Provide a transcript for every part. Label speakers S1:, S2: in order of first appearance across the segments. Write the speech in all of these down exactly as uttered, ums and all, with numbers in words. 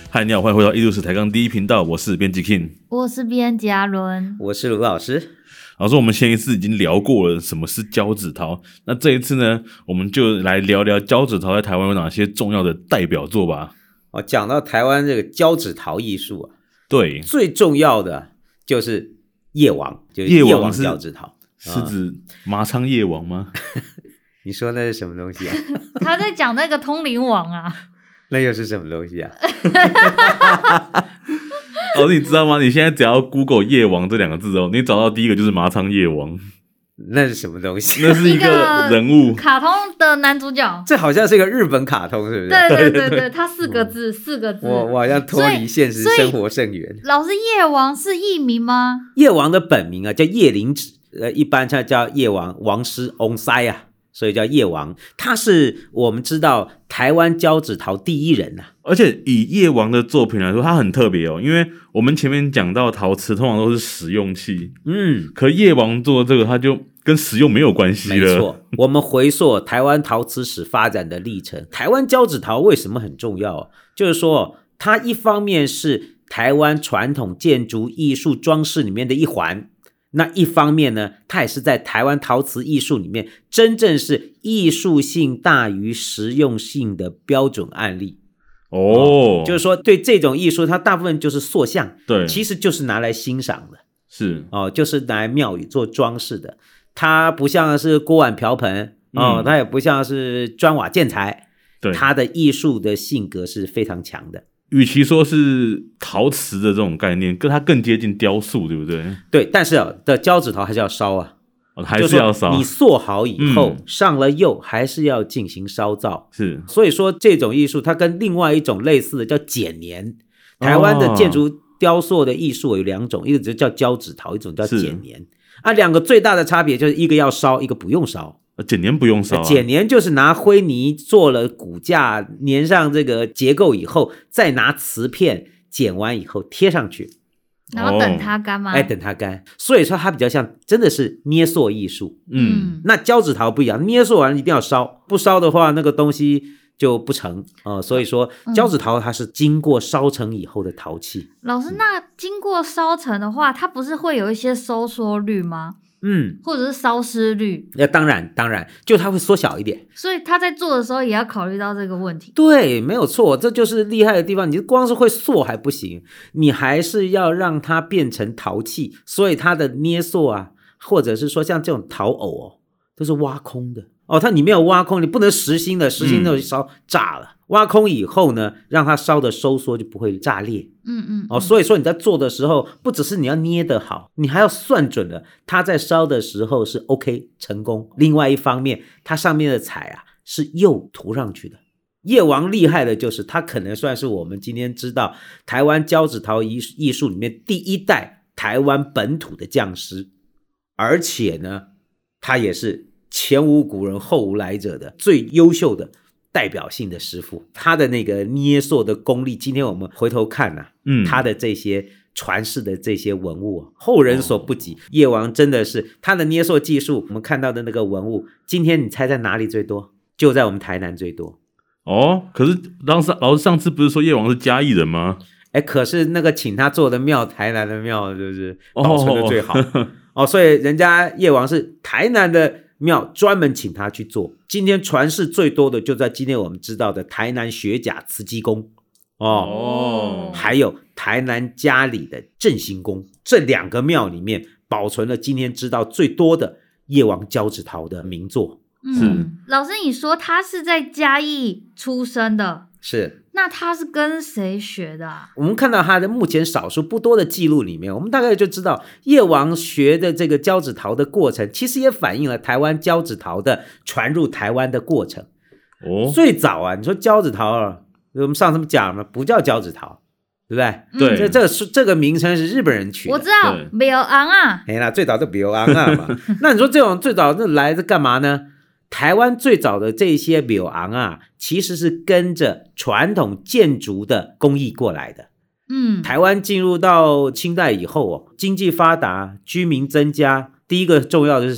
S1: 嗨，你好，欢迎回到艺术史抬杠第一频道，我是编辑 King，
S2: 我是编辑阿伦，
S3: 我是卢老师。
S1: 老师，我们前一次已经聊过了什么是交趾陶，那这一次呢，我们就来聊聊交趾陶在台湾有哪些重要的代表作吧。
S3: 哦，讲到台湾这个交趾陶艺术啊，
S1: 对，
S3: 最重要的就是叶王，就是
S1: 叶
S3: 叶王
S1: 王是
S3: 交趾陶，
S1: 是指麻仓叶王吗？
S3: 你说那是什么东西啊？
S2: 他在讲那个通灵王啊。
S3: 那又是什么东西啊？
S1: 老师，你知道吗？你现在只要 Google 叶王这两个字哦，你找到第一个就是麻仓叶王。
S3: 那是什么东西？
S1: 那是一个人物，
S2: 卡通的男主角。
S3: 这好像是一个日本卡通，是不是？
S2: 对对对对，他四个字，四个字。
S3: 我我好像脱离现实生活甚远。
S2: 老师，叶王是艺名吗？
S3: 叶王的本名啊叫叶灵子，呃，一般他叫叶王王师翁塞啊。所以叫叶王，他是我们知道台湾交趾陶第一人啊。
S1: 而且以叶王的作品来说，他很特别哦，因为我们前面讲到陶瓷通常都是实用器，嗯，可叶王做这个，他就跟实用没有关系了。
S3: 没错，我们回溯台湾陶瓷史发展的历程，台湾交趾陶为什么很重要？就是说，它一方面是台湾传统建筑艺术装饰里面的一环。那一方面呢，它也是在台湾陶瓷艺术里面真正是艺术性大于实用性的标准案例。
S1: 哦，
S3: 哦就是说对这种艺术，它大部分就是塑像，
S1: 对，
S3: 其实就是拿来欣赏的，
S1: 是
S3: 哦，就是拿来庙宇做装饰的。它不像是锅碗瓢盆哦、嗯，它也不像是砖瓦建材，
S1: 对，
S3: 它的艺术的性格是非常强的。
S1: 与其说是陶瓷的这种概念，跟它更接近雕塑，对不对？
S3: 对，但是啊，的交趾陶还是要烧啊，
S1: 哦、还是要烧。
S3: 你塑好以后、嗯、上了釉，还是要进行烧造。
S1: 是，
S3: 所以说这种艺术它跟另外一种类似的叫剪黏。台湾的建筑雕塑的艺术有两种，哦、一个就叫交趾陶，一种叫剪黏。啊，两个最大的差别就是一个要烧，一个不用烧。
S1: 剪黏不用烧、啊，
S3: 剪黏就是拿灰泥做了骨架，粘上这个结构以后，再拿瓷片剪完以后贴上去，
S2: 然后等它干吗？
S3: 哎，等它干。所以说它比较像真的是捏塑艺术。嗯，那交趾陶不一样，捏塑完一定要烧，不烧的话那个东西就不成啊、呃。所以说交趾陶它是经过烧成以后的陶器。
S2: 老师，那经过烧成的话，它不是会有一些收缩率吗？
S3: 嗯，
S2: 或者是烧湿率，
S3: 那当然当然，就它会缩小一点，
S2: 所以他在做的时候也要考虑到这个问题。
S3: 对，没有错，这就是厉害的地方。你光是会塑还不行，你还是要让它变成陶器，所以它的捏塑啊，或者是说像这种陶偶哦，都是挖空的哦，它里面有挖空，你不能实心的，实心的烧炸了。嗯，挖空以后呢，让它烧的收缩就不会炸裂。嗯嗯哦，所以说你在做的时候，不只是你要捏得好，你还要算准了，它在烧的时候是 OK 成功。另外一方面，它上面的彩啊是釉涂上去的。叶王厉害的就是他可能算是我们今天知道台湾交趾陶艺术里面第一代台湾本土的匠师，而且呢，他也是前无古人后无来者的最优秀的代表性的师傅。他的那个捏塑的功力，今天我们回头看啊，嗯，他的这些传世的这些文物，后人所不及。叶王真的是他的捏塑技术，我们看到的那个文物，今天你猜在哪里最多？就在我们台南最多。哦，
S1: 可是老师老师上次不是说叶王是嘉义人吗？
S3: 哎，可是那个请他做的庙，台南的庙就是保存的最好。哦, 哦，所以人家叶王是台南的庙专门请他去做。今天传世最多的就在今天我们知道的台南学甲慈济宫 哦, 哦，还有台南嘉里的振兴宫，这两个庙里面保存了今天知道最多的叶王交趾陶的名作。
S2: 嗯，老师你说他是在嘉义出生的，
S3: 是，
S2: 那他是跟谁学的啊？
S3: 我们看到他的目前少数不多的记录里面，我们大概就知道叶王学的这个交趾陶的过程，其实也反映了台湾交趾陶的传入台湾的过程。哦，最早啊，你说交趾陶啊，我们上次讲了，不叫交趾陶，对不对？
S1: 对，
S3: 这这个这个名称是日本人取的。
S2: 我知道，苗昂啊，
S3: 哎啦，最早就苗昂啊嘛。那你说这种最早那来是干嘛呢？台湾最早的这些苗昂啊，其实是跟着传统建筑的工艺过来的。嗯，台湾进入到清代以后哦，经济发达，居民增加，第一个重要的是什么？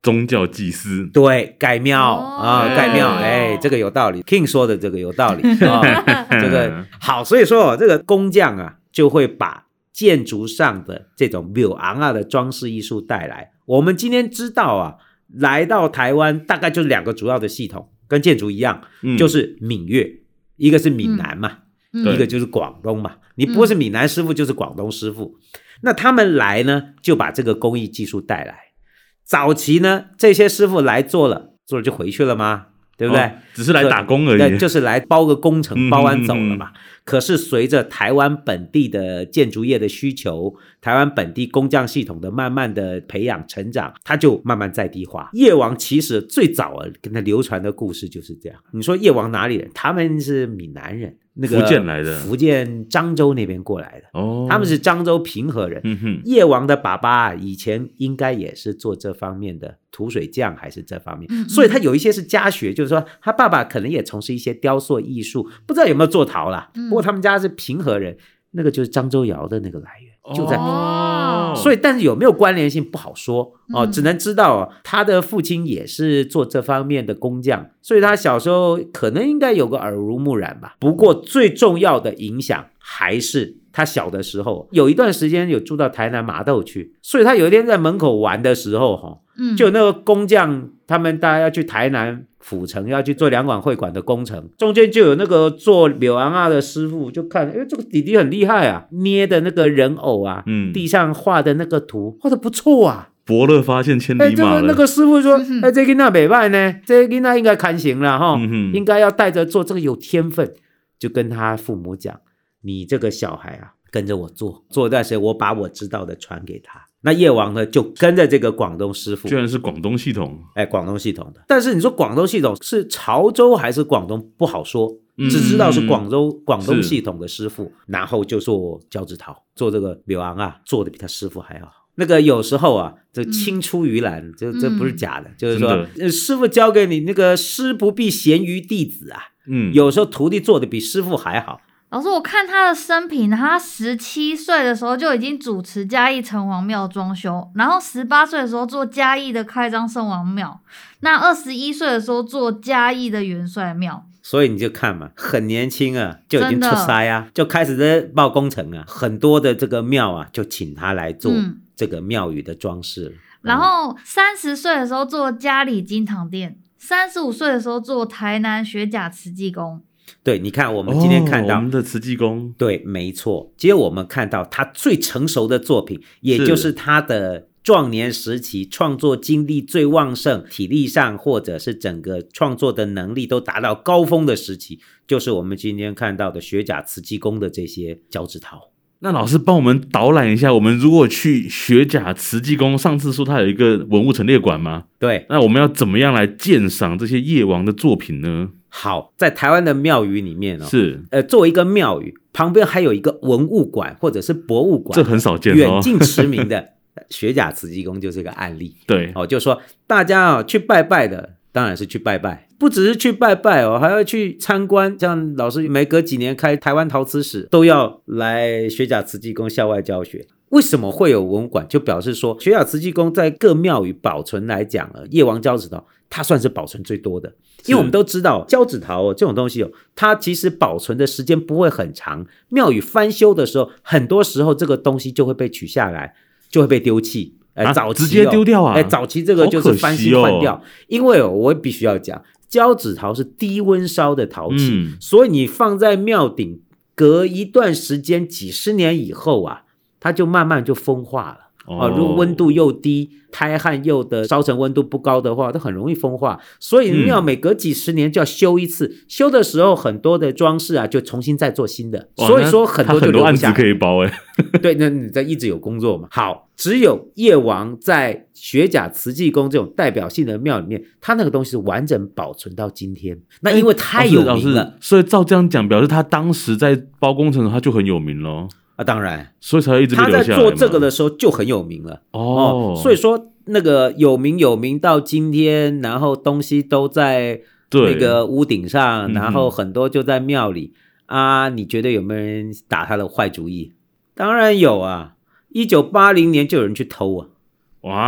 S1: 宗教祭祀，
S3: 对，盖庙、哦、啊，盖庙，哎，这个有道理 ，King 说的这个有道理啊、哦，这个好，所以说这个工匠啊，就会把建筑上的这种庙昂啊的装饰艺术带来。我们今天知道啊，来到台湾大概就是两个主要的系统，跟建筑一样，嗯、就是闽粤，一个是闽南嘛、嗯，一个就是广东嘛。你不是闽南师傅，就是广东师傅。嗯、那他们来呢，就把这个工艺技术带来。早期呢，这些师傅来做了，做了就回去了吗？对不对？哦、
S1: 只是来打工而已，
S3: 对，就是来包个工程，包完走了嘛。嗯嗯嗯可是随着台湾本地的建筑业的需求，台湾本地工匠系统的慢慢的培养成长，它就慢慢在地化。叶王其实最早跟他流传的故事就是这样。你说叶王哪里人？他们是闽南人。那个
S1: 福建来的，
S3: 福建漳州那边过来的，哦，他们是漳州平和人。
S1: 嗯哼，
S3: 叶王的爸爸以前应该也是做这方面的土水匠，还是这方面，嗯、所以他有一些是家学，就是说他爸爸可能也从事一些雕塑艺术，不知道有没有做陶啦。嗯、不过他们家是平和人，那个就是漳州窑的那个来源。就在
S2: 哦，
S3: 所以但是有没有关联性不好说哦，只能知道、哦、他的父亲也是做这方面的工匠，所以他小时候可能应该有个耳濡目染吧。不过最重要的影响还是他小的时候有一段时间有住到台南麻豆去，所以他有一天在门口玩的时候、哦嗯、就那个工匠他们大家要去台南府城要去做两馆会馆的工程，中间就有那个做柳昂啊的师傅就看，哎，这个弟弟很厉害啊，捏的那个人偶啊，嗯，地上画的那个图画的不错啊，
S1: 伯乐发现千里马了。
S3: 哎，这个那个师傅说，哎，这个那不错呢，这个那应该看行了哈、嗯，应该要带着做，这个有天分，就跟他父母讲，你这个小孩啊，跟着我做，做一段时间，我把我知道的传给他。那叶王呢，就跟着这个广东师傅，
S1: 居然是广东系统，
S3: 哎，广东系统的。但是你说广东系统是潮州还是广东不好说，嗯、只知道是广州广东系统的师傅，然后就做交趾陶，做这个柳昂啊，做的比他师傅还要好。那个有时候啊，这青出于蓝，这、嗯、这不是假的，就是说师傅教给你那个师不必贤于弟子啊，嗯，有时候徒弟做的比师傅还好。
S2: 老师，我看他的生平，他十七岁的时候就已经主持嘉义城隍庙装修，然后十八岁的时候做嘉义的开张圣王庙，那二十一岁的时候做嘉义的元帅庙。
S3: 所以你就看嘛，很年轻啊，就已经出塞啊，就开始在报工程啊，很多的这个庙啊，就请他来做这个庙宇的装饰了。嗯、
S2: 然后三十岁的时候做嘉里金堂殿，三十五岁的时候做台南学甲慈济宫。
S3: 对，你看我们今天看到、
S1: 哦、我们的慈济宫，
S3: 对，没错。今天我们看到他最成熟的作品，也就是他的壮年时期创作精力最旺盛，体力上或者是整个创作的能力都达到高峰的时期，就是我们今天看到的学甲慈济宫的这些交趾陶。
S1: 那老师帮我们导览一下，我们如果去学甲慈济宫，上次说它有一个文物陈列馆吗？
S3: 对，
S1: 那我们要怎么样来鉴赏这些叶王的作品呢？
S3: 好，在台湾的庙宇里面哦，
S1: 是
S3: 呃，作为一个庙宇，旁边还有一个文物馆或者是博物馆，
S1: 这很少见哦，
S3: 远近驰名的学甲慈济宫就是个案例。
S1: 对，
S3: 哦，就是说大家啊、哦、去拜拜的，当然是去拜拜，不只是去拜拜哦，还要去参观。像老师每隔几年开台湾陶瓷史，都要来学甲慈济宫校外教学。为什么会有文物馆？就表示说学甲慈济宫在各庙宇保存来讲了，叶王交趾陶它算是保存最多的。因为我们都知道交趾陶、哦、这种东西、哦、它其实保存的时间不会很长，庙宇翻修的时候很多时候这个东西就会被取下来，就会被丢弃、呃、早期、哦、
S1: 直接丢掉啊、
S3: 呃、早期这个就是翻新换掉、哦、因为、哦、我必须要讲交趾陶是低温烧的陶器、嗯、所以你放在庙顶隔一段时间几十年以后啊，它就慢慢就风化了。哦，如果温度又低，胎焊釉的烧成温度不高的话，它很容易风化，所以庙每隔几十年就要修一次、嗯、修的时候很多的装饰啊就重新再做新的，所以说很多就留不下来，
S1: 很多案子可以包耶
S3: 对，那你在一直有工作嘛。好，只有叶王在学甲慈济宫这种代表性的庙里面，他那个东西是完整保存到今天，那因为太有名了，
S1: 所以照这样讲表示他当时在包工程他就很有名咯。
S3: 啊，当然，
S1: 所以才一直被留下来。
S3: 他在做这个的时候就很有名了
S1: 哦,
S3: 哦，所以说那个有名有名到今天，然后东西都在那个屋顶上，然后很多就在庙里、嗯、啊。你觉得有没有人打他的坏主意？当然有啊，一九八零年就有人去偷啊。
S1: 哇，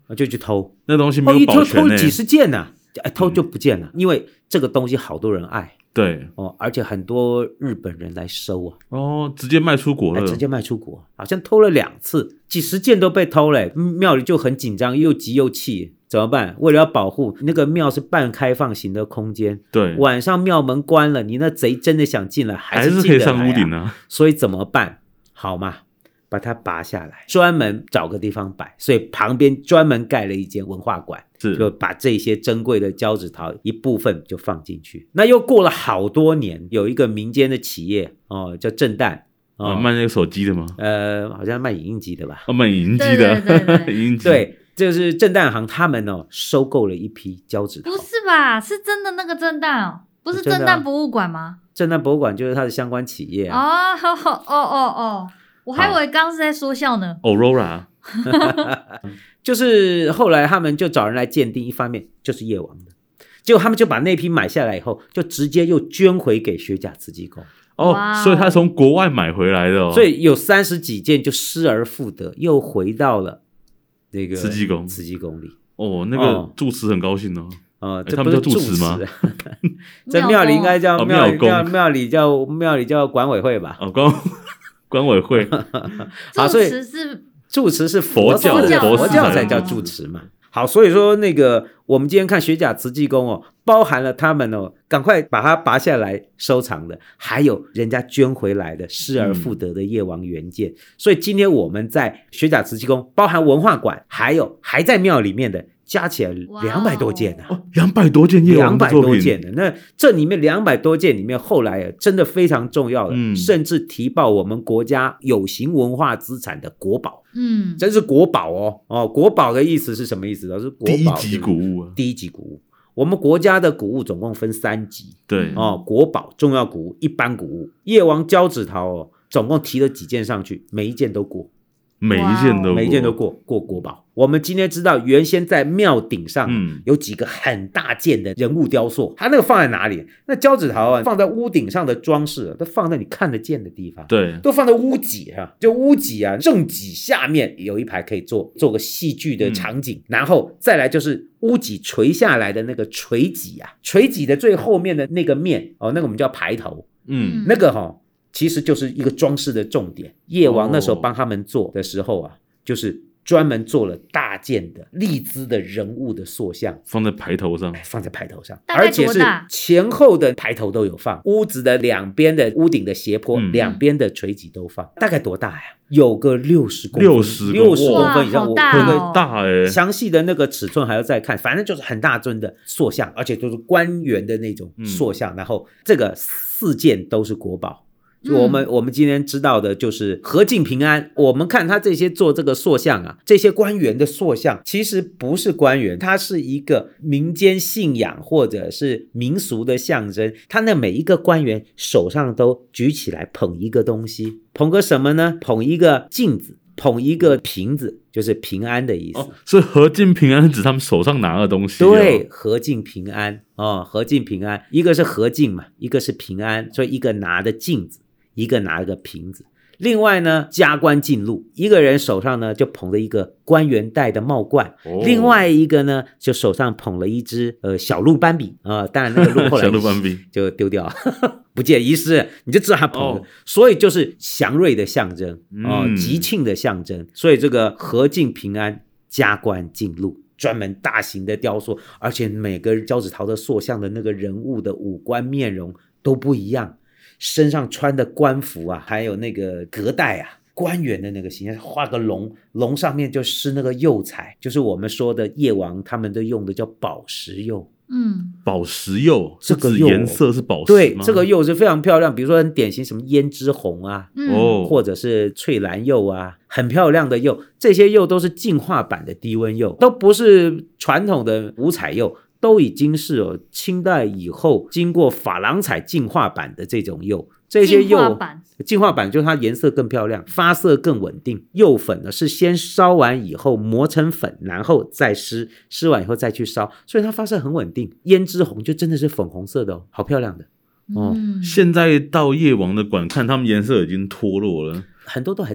S3: 就去偷，
S1: 那东西没有保全、欸，
S3: 哦、一偷偷几十件呢、啊，哎，偷就不见了、嗯，因为这个东西好多人爱。
S1: 对
S3: 哦，而且很多日本人来收啊，
S1: 哦，直接卖出国了，
S3: 直接卖出国，好像偷了两次，几十件都被偷了，庙里就很紧张，又急又气，怎么办？为了要保护那个庙是半开放型的空间，
S1: 对，
S3: 晚上庙门关了，你那贼真的想进来，还是、啊、
S1: 还是可以上屋顶啊，
S3: 所以怎么办？好嘛，把它拔下来，专门找个地方摆，所以旁边专门盖了一间文化馆，就把这些珍贵的交趾陶一部分就放进去。那又过了好多年，有一个民间的企业哦，叫震旦、
S1: 哦啊、卖那个手机的吗？
S3: 呃，好像卖影印机的吧？
S1: 哦，卖影印机的，
S2: 对对对
S1: 影印机。
S3: 对，就是震旦行他们哦收购了一批交趾陶。
S2: 不是吧？是真的那个震旦哦，不是震旦博物馆吗？
S3: 震旦博物馆就是它的相关企业啊。
S2: 哦哦哦哦，我还以为刚刚是在说笑呢。
S1: Aurora
S3: 就是后来他们就找人来鉴定，一方面就是叶王的，结果他们就把那批买下来以后，就直接又捐回给学甲慈济宫。
S1: 哦，所以他从国外买回来的哦，
S3: 所以有三十几件就失而复得，又回到了那个
S1: 慈济宫
S3: 慈济宫里。
S1: 哦，那个住持很高兴哦。
S3: 哦，
S1: 欸、他们叫住持吗？
S3: 在庙里应该叫庙里、
S1: 哦、
S3: 叫庙里叫庙里叫管委会吧？
S1: 哦，管管委会。
S3: 好，所以
S2: 住持是
S3: 住持是佛教
S2: 佛教
S3: 佛教才叫住持嘛。好，所以说那个我们今天看学甲慈济宫哦，包含了他们哦，赶快把它拔下来收藏的，还有人家捐回来的失而复得的叶王原件、嗯。所以今天我们在学甲慈济宫，包含文化馆，还有还在庙里面的。加起来两百多件啊！
S1: 两百、哦、多件叶王的作品，
S3: 两百多件的。那这里面两百多件里面，后来真的非常重要的、嗯，甚至提报我们国家有形文化资产的国宝。嗯，真是国宝哦！哦，国宝的意思是什么意思呢？是国宝
S1: 第一级古物啊，
S3: 第一级古物。我们国家的古物总共分三级，
S1: 对
S3: 哦，国宝、重要古物、一般古物。叶王交趾陶哦，总共提了几件上去，每一件都过。
S1: 每一件都过
S3: 每一件都过过国宝。我们今天知道，原先在庙顶上、嗯、有几个很大件的人物雕塑，它那个放在哪里？那交趾陶啊，放在屋顶上的装饰、啊，都放在你看得见的地方，
S1: 对，
S3: 都放在屋脊啊，就屋脊啊正脊下面有一排可以做做个戏剧的场景、嗯，然后再来就是屋脊垂下来的那个垂脊啊，垂脊的最后面的那个面哦，那个我们叫排头，嗯，那个哈、哦。其实就是一个装饰的重点。叶王那时候帮他们做的时候啊，哦、就是专门做了大件的立姿的人物的塑像，
S1: 放在牌头上，
S3: 放在牌头上，而且是前后的牌头都有放，屋子的两边的屋顶的斜坡，嗯、两边的垂脊都放。大概多大呀？有个六十公分，
S1: 六十
S3: 六十公分以上，
S2: 我很
S1: 大哎、欸。
S3: 详细的那个尺寸还要再看，反正就是很大尊的塑像，而且都是官员的那种塑像。嗯、然后这个四件都是国宝。就我们、嗯、我们今天知道的就是和敬平安，我们看他这些做这个塑像啊，这些官员的塑像其实不是官员，它是一个民间信仰或者是民俗的象征。他那每一个官员手上都举起来捧一个东西，捧个什么呢？捧一个镜子，捧一个瓶子，就是平安的意思。
S1: 哦，所以和敬平安是指他们手上拿的东西、哦。
S3: 对，和敬平安哦，和敬平安，一个是和敬嘛，一个是平安，所以一个拿的镜子，一个拿了个瓶子。另外呢，加官进禄，一个人手上呢就捧着一个官员戴的帽冠、哦、另外一个呢就手上捧了一支呃小鹿斑比啊、呃，当然那个鹿后来
S1: 小鹿斑比
S3: 就丢掉不见遗失，你就知道他捧的、哦、所以就是祥瑞的象征哦、嗯，吉庆的象征。所以这个和敬平安，加官进禄，专门大型的雕塑，而且每个交趾陶的塑像的那个人物的五官面容都不一样，身上穿的官服啊，还有那个隔带啊，官员的那个形象，画个龙，龙上面就施那个釉彩，就是我们说的叶王他们都用的叫宝石釉。
S1: 嗯，宝石釉，
S3: 这个
S1: 颜色是宝石吗？
S3: 对，这个釉是非常漂亮，比如说很典型什么胭脂红啊，嗯，或者是翠蓝釉啊，很漂亮的釉，这些釉都是进化版的低温釉，都不是传统的五彩釉，都已经是有清代以后经过珐琅彩进化版的这种釉。这些釉进化版进化版就是它颜色更漂亮，发色更稳定。釉粉呢是先烧完以后磨成粉，然后再湿，湿完以后再去烧，所以它发色很稳定。胭脂红就真的是粉红色的哦，好漂亮的哦。
S1: 嗯、现在到叶王的馆看，他们颜色已经脱落了，
S3: 很多都还在。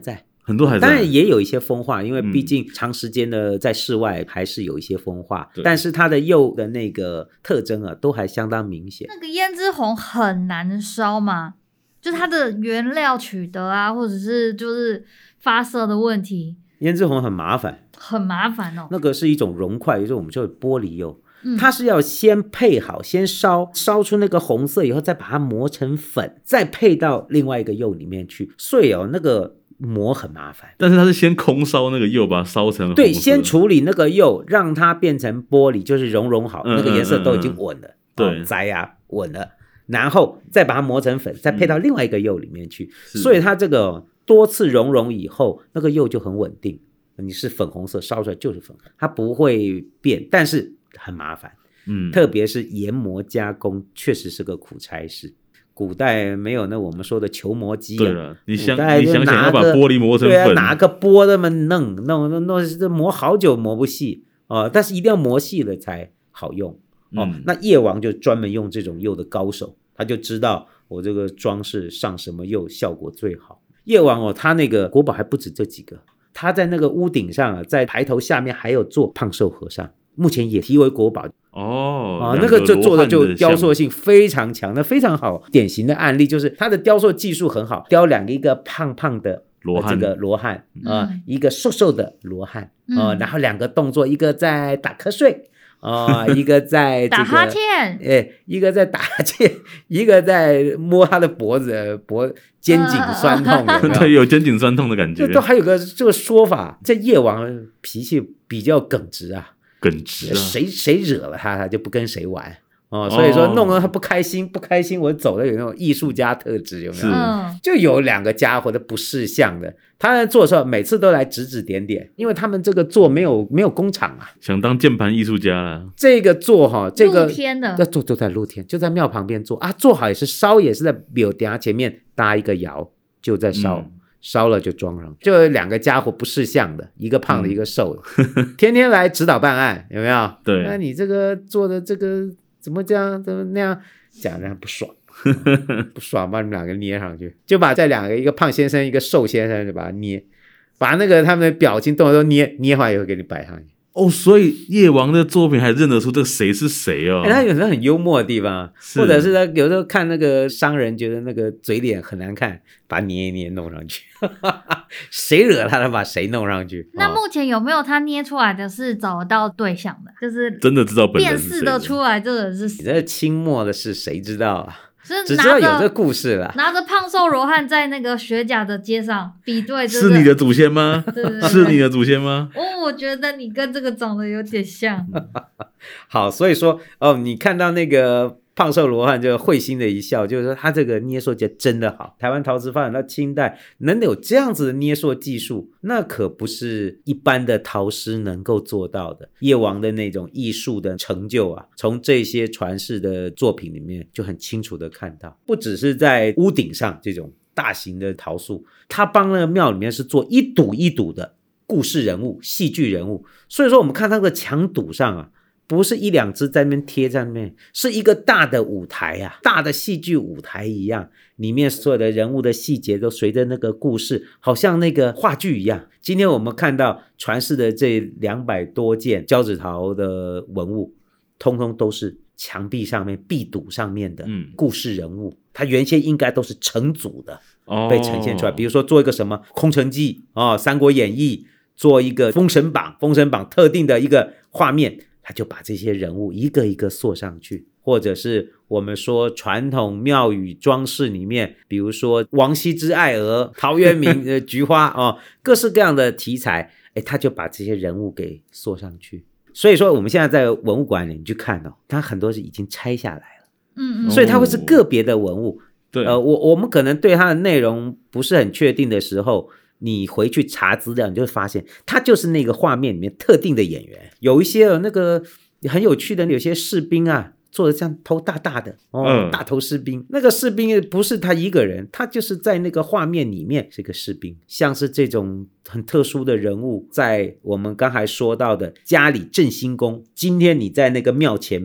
S1: 很多还在，
S3: 当然也有一些风化，因为毕竟长时间的在室外还是有一些风化，嗯、但是它的釉的那个特征啊，都还相当明显。
S2: 那个胭脂红很难烧吗？就它的原料取得啊，或者是就是发色的问题。
S3: 胭脂红很麻烦，
S2: 很麻烦哦。
S3: 那个是一种溶块，就是我们说的玻璃釉。它是要先配好，先烧烧出那个红色以后，再把它磨成粉，再配到另外一个釉里面去。所以哦，那个磨很麻烦。
S1: 但是它是先空烧那个釉，把它烧成红色。
S3: 对，先处理那个釉，让它变成玻璃，就是熔融好，嗯、那个颜色都已经稳了，
S1: 对、嗯，
S3: 栽啊稳了，然后再把它磨成粉，再配到另外一个釉里面去。嗯、所以它这个多次熔融以后，那个釉就很稳定。你是粉红色，烧出来就是粉红，它不会变，但是很麻烦，嗯，特别是研磨加工，确实是个苦差事。古代没有那我们说的球磨机、啊，
S1: 对了，你想你想想要把玻璃磨成粉，
S3: 对啊，拿个钵那么弄弄弄弄，磨好久磨不细哦、呃，但是一定要磨细了才好用哦。嗯、那叶王就专门用这种釉的高手，他就知道我这个装饰上什么釉效果最好。叶王哦，他那个国宝还不止这几个，他在那个屋顶上啊，在牌头下面还有做胖瘦和尚。目前也提为国宝
S1: 哦、
S3: 啊，那个就做的就雕塑性非常强，那非常好。典型的案例就是他的雕塑技术很好，雕两个一个胖胖的罗汉，这个罗汉啊、嗯，一个瘦瘦的罗汉啊、嗯，然后两个动作，一个在打瞌睡啊、一个在、这个、
S2: 打哈欠，
S3: 哎，一个在打哈欠，一个在摸他的脖子，脖肩颈酸痛，有没有？
S1: 对，有肩颈酸痛的感觉。
S3: 都还有个这个说法，这叶王脾气比较耿直啊。
S1: 耿直、啊、
S3: 谁谁惹了他，他就不跟谁玩哦。所以说弄得他不开心，不开心我走的有那种艺术家特质，有没有？就有两个家伙的不识相的，他在做的时候每次都来指指点点，因为他们这个做没有没有工厂啊，
S1: 想当键盘艺术家啦。
S3: 这个做哈，这个
S2: 露天的，
S3: 要做就在露天，就在庙旁边做啊，做好也是烧，也是在庙顶前面搭一个窑，就在烧。嗯，烧了就装上，就两个家伙不识相的，一个胖的，一个瘦的，嗯、天天来指导办案，有没有？
S1: 对，
S3: 那你这个做的这个怎么这样，怎么那样，讲人不爽，不爽，把你们两个捏上去，就把这两个，一个胖先生，一个瘦先生，就把它捏，把那个他们的表情动作都捏捏坏以后给你摆上去。
S1: 哦，所以叶王的作品还认得出这个谁是谁哦。
S3: 欸、他有时候很幽默的地方，或者是他有时候看那个商人觉得那个嘴脸很难看，把他捏一捏弄上去，谁惹他了把谁弄上去。
S2: 那目前有没有他捏出来的是找得到对象的，就是
S1: 真的知道本人是谁，
S2: 辨识得出来这个人是谁？
S3: 你这清末的事谁知道啊？
S2: 只
S3: 知道有这故事啦，
S2: 拿着胖瘦罗汉在那个学甲的街上比对，
S1: 是你的祖先吗？对对对，是你的祖先吗？
S2: 哦，我觉得你跟这个长得有点像。
S3: 好，所以说哦，你看到那个胖瘦罗汉就会心的一笑，就是说他这个捏塑技真的好。台湾陶瓷发展到清代能有这样子的捏塑技术，那可不是一般的陶师能够做到的。叶王的那种艺术的成就啊，从这些传世的作品里面就很清楚的看到，不只是在屋顶上这种大型的陶塑，他帮那个庙里面是做一堵一堵的故事人物、戏剧人物。所以说我们看那个墙堵上啊，不是一两只在那边贴在那边，是一个大的舞台啊，大的戏剧舞台一样，里面所有的人物的细节都随着那个故事，好像那个话剧一样。今天我们看到传世的这两百多件交趾陶的文物，通通都是墙壁上面壁堵上面的故事人物，嗯、它原先应该都是成组的、哦、被呈现出来。比如说做一个什么空城计哦，三国演义，做一个封神榜，封神榜特定的一个画面，他就把这些人物一个一个塑上去。或者是我们说传统庙宇装饰里面，比如说王羲之爱鹅、陶渊明的菊花哦，各式各样的题材，诶他就把这些人物给塑上去。所以说我们现在在文物馆里你去看哦，它很多是已经拆下来了，嗯嗯，所以它会是个别的文物。对，呃，我我们可能对它的内容不是很确定的时候，你回去查资料，你就会发现它就是那个画面里面特定的演员。有一些那个很有趣的，有些士兵啊，做的像头大大的哦、嗯，大头士兵，那个士兵不是他一个人，他就是在那个画面里面是个士兵。像是这种很特殊的人物，在我们刚才说到的家里振兴宫，今天你在那个庙前面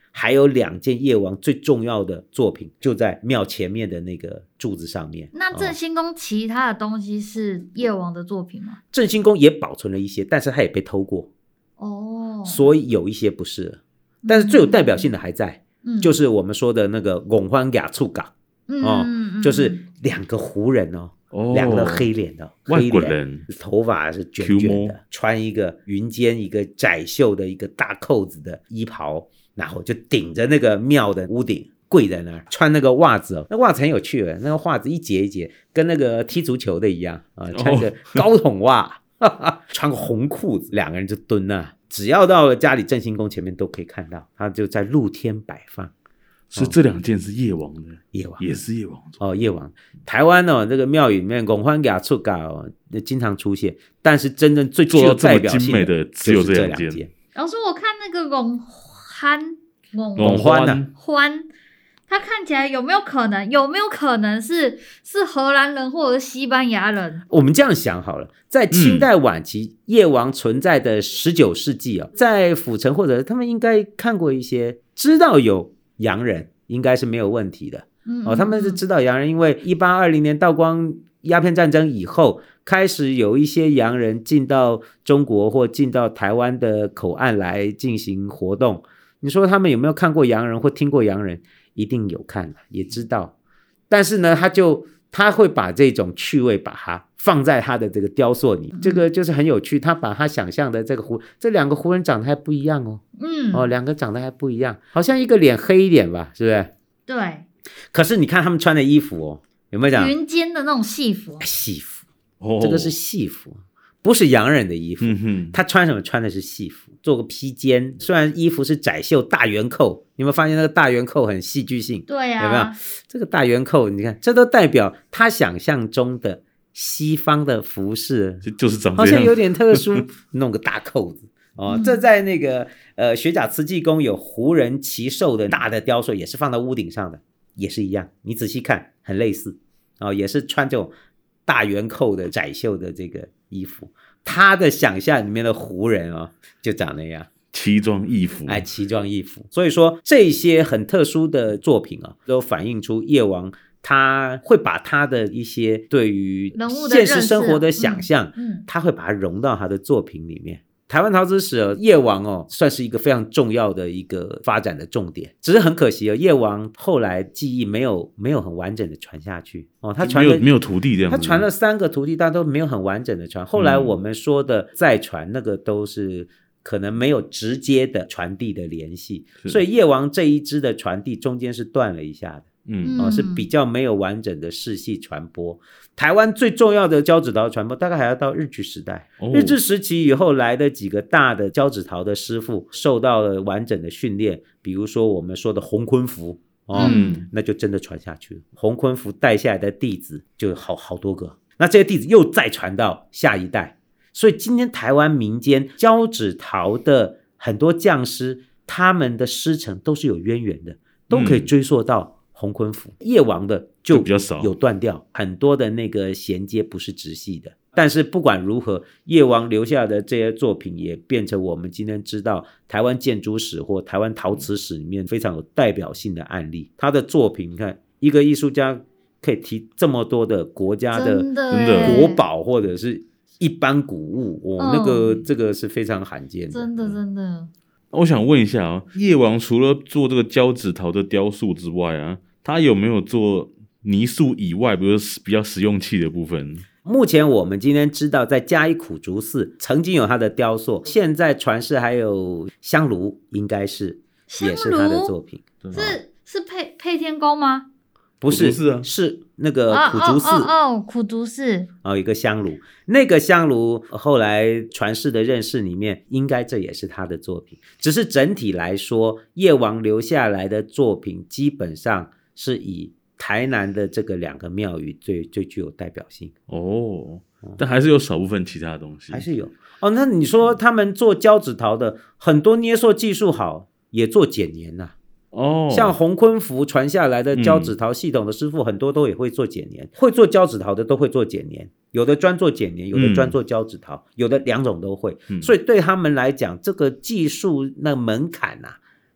S3: 还有两件叶王最重要的作品就在庙前面的那个柱子上面。
S2: 那振兴宫其他的东西是叶王的作品吗？
S3: 振兴宫也保存了一些，但是它也被偷过
S2: 哦，
S3: 所以有一些不是了，但是最有代表性的还在、嗯、就是我们说的那个拱欢雅处港、嗯哦嗯、就是两个胡人哦哦，两个黑脸的
S1: 外国人，
S3: 头发是卷卷的，穿一个云肩一个窄袖的一个大扣子的衣袍，然后就顶着那个庙的屋顶跪在那儿，穿那个袜子哦，那袜子很有趣的，那个袜子一节一节跟那个踢足球的一样啊，穿个高筒袜、哦、穿个红裤子，两个人就蹲那、啊、只要到了家里振兴宫前面都可以看到，他就在露天摆放。
S1: 是这两件是叶王的，
S3: 叶王
S1: 也是叶王
S3: 哦，叶王。台湾哦，这个庙宇里面拱欢雅处港哦，经常出现，但是真正最具有代表性的
S1: 只有这两件。
S2: 老师，我看那个拱欢
S3: 拱欢呢，
S2: 欢，它看起来有没有可能？有没有可能是是荷兰人或者是西班牙人？
S3: 我们这样想好了，在清代晚期，嗯、叶王存在的十九世纪哦，在府城或者他们应该看过一些，知道有洋人应该是没有问题的、嗯、哦，他们是知道洋人，因为一八二零年道光鸦片战争以后，开始有一些洋人进到中国或进到台湾的口岸来进行活动。你说他们有没有看过洋人或听过洋人？一定有看，也知道。但是呢，他就他会把这种趣味把它放在他的这个雕塑里，这个就是很有趣。他把他想象的这个湖，这两个湖人长得还不一样哦。嗯，哦，两个长得还不一样，好像一个脸黑一点吧，是不是？
S2: 对。
S3: 可是你看他们穿的衣服哦，有没有讲
S2: 云肩的那种戏服？
S3: 戏服，哦，这个是戏服，不是洋人的衣服。嗯哼，他穿什么？穿的是戏服，做个披肩。虽然衣服是窄袖大圆扣，你有没有发现那个大圆扣很戏剧性？
S2: 对呀、啊，
S3: 有没有？这个大圆扣，你看，这都代表他想象中的西方的服饰，
S1: 就就是长这样，
S3: 好像有点特殊，弄个大扣子。哦，这在那个呃学甲慈济宫有胡人骑兽的大的雕塑，也是放到屋顶上的，也是一样。你仔细看，很类似哦，也是穿这种大圆扣的窄袖的这个衣服。他的想象里面的胡人哦，就长那样，
S1: 奇装异服，
S3: 哎，奇装异服。所以说这些很特殊的作品啊，都反映出叶王他会把他的一些对于现实生活的想象，嗯嗯、他会把它融到他的作品里面。台湾陶瓷史哦，叶王哦，算是一个非常重要的一个发展的重点。只是很可惜哦，叶王后来技艺没有没有很完整的传下去哦，他传了
S1: 没有没有徒弟这样子，
S3: 他传了三个徒弟，但都没有很完整的传。后来我们说的再传，那个都是可能没有直接的传递的联系，所以叶王这一支的传递中间是断了一下的。嗯、哦，是比较没有完整的世系传播。台湾最重要的胶纸陶传播大概还要到日据时代、哦、日治时期以后来的几个大的胶纸陶的师傅受到了完整的训练，比如说我们说的洪坤福哦、嗯，那就真的传下去了。洪坤福带下来的弟子就好好多个，那这些弟子又再传到下一代，所以今天台湾民间胶纸陶的很多匠师，他们的师承都是有渊源的，都可以追溯到洪坤福。叶王的就比较少，有断掉很多的那个衔接不是直系的。但是不管如何，叶王留下的这些作品也变成我们今天知道台湾建筑史或台湾陶瓷史里面非常有代表性的案例。他的作品，你看一个艺术家可以提这么多的国家的国宝或者是一般古物、哦、那个这个是非常罕见的，
S2: 真的真的。
S1: 我想问一下啊，叶王除了做这个胶纸陶的雕塑之外啊，他有没有做泥塑以外，比如说比较实用器的部分？
S3: 目前我们今天知道在嘉义苦竹寺曾经有他的雕塑，现在传世还有香炉，应该是也是他的作品。
S2: 是是配配天宫吗？
S3: 不是，
S1: 是啊，
S3: 是那个苦竹寺
S2: 哦哦哦，苦竹寺
S3: 哦，一个香炉，那个香炉后来传世的认识里面，应该这也是他的作品。只是整体来说，叶王留下来的作品基本上是以台南的这个两个庙宇最最具有代表性
S1: 哦，但还是有少部分其他的东西，
S3: 还是有哦。那你说他们做胶纸陶的，很多捏塑技术好，也做剪黏呐、啊。哦，像洪坤福传下来的胶纸陶系统的师傅、嗯、很多都也会做剪黏，会做胶纸陶的都会做剪黏，有的专做剪黏，有的专做胶纸陶、嗯、有的两种都会、嗯、所以对他们来讲这个技术那门槛啊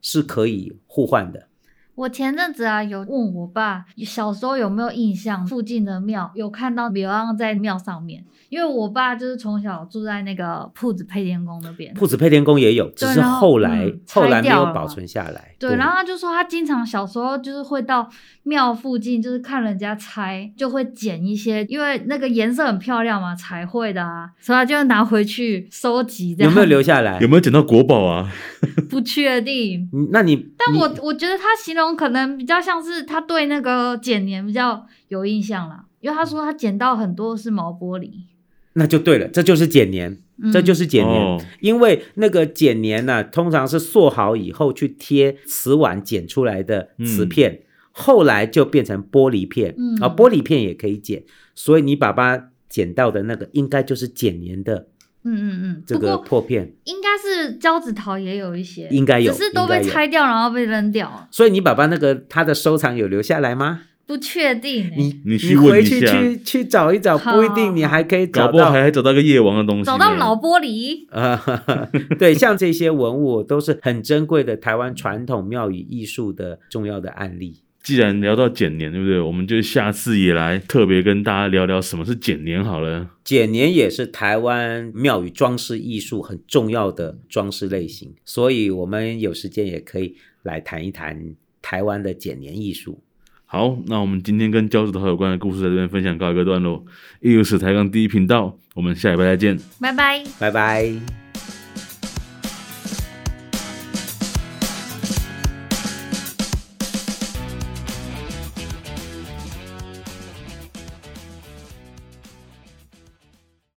S3: 是可以互换的。
S2: 我前阵子啊，有问我爸小时候有没有印象，附近的庙有看到庙昂在庙上面，因为我爸就是从小住在那个朴子配天宫那边，
S3: 朴子配天宫也有，只是后来、
S2: 嗯、
S3: 后来没有保存下来。
S2: 对，对然后他就说他经常小时候就是会到庙附近，就是看人家拆，就会捡一些，因为那个颜色很漂亮嘛，彩绘的啊，所以他就拿回去收集。
S3: 有没有留下来？
S1: 有没有捡到国宝啊？
S2: 不确定。
S3: 那你，
S2: 但我我觉得他形容可能比较像是他对那个剪年比较有印象啦，因为他说他捡到很多是毛玻璃。
S3: 那就对了，这就是剪年，嗯、这就是剪年、哦，因为那个剪年呢、啊，通常是塑好以后去贴瓷碗剪出来的瓷片，嗯、后来就变成玻璃片，嗯、啊，玻璃片也可以剪，所以你爸爸捡到的那个应该就是剪年的。
S2: 嗯嗯嗯，
S3: 这个破片
S2: 应该是交子陶也有一些，
S3: 应该有，
S2: 只是都被拆掉然后被扔掉。
S3: 所以你爸爸那个他的收藏有留下来吗？
S2: 不确定、欸，
S1: 你你
S3: 去问一下，你回去去去找一找，不一定你还可以找到，
S1: 搞不好还找到个夜王的东西，
S2: 找到老玻璃。
S3: 呃，对，像这些文物都是很珍贵的台湾传统庙宇艺术的重要的案例。
S1: 既然聊到剪年，对不对？我们就下次也来特别跟大家聊聊什么是剪年好了。
S3: 剪年也是台湾庙宇装饰艺术很重要的装饰类型，所以我们有时间也可以来谈一谈台湾的剪年艺术。
S1: 好，那我们今天跟交子陶有关的故事在这边分享告一个段落。艺术史台杠第一频道，我们下礼拜再见，
S2: 拜拜，
S3: 拜拜。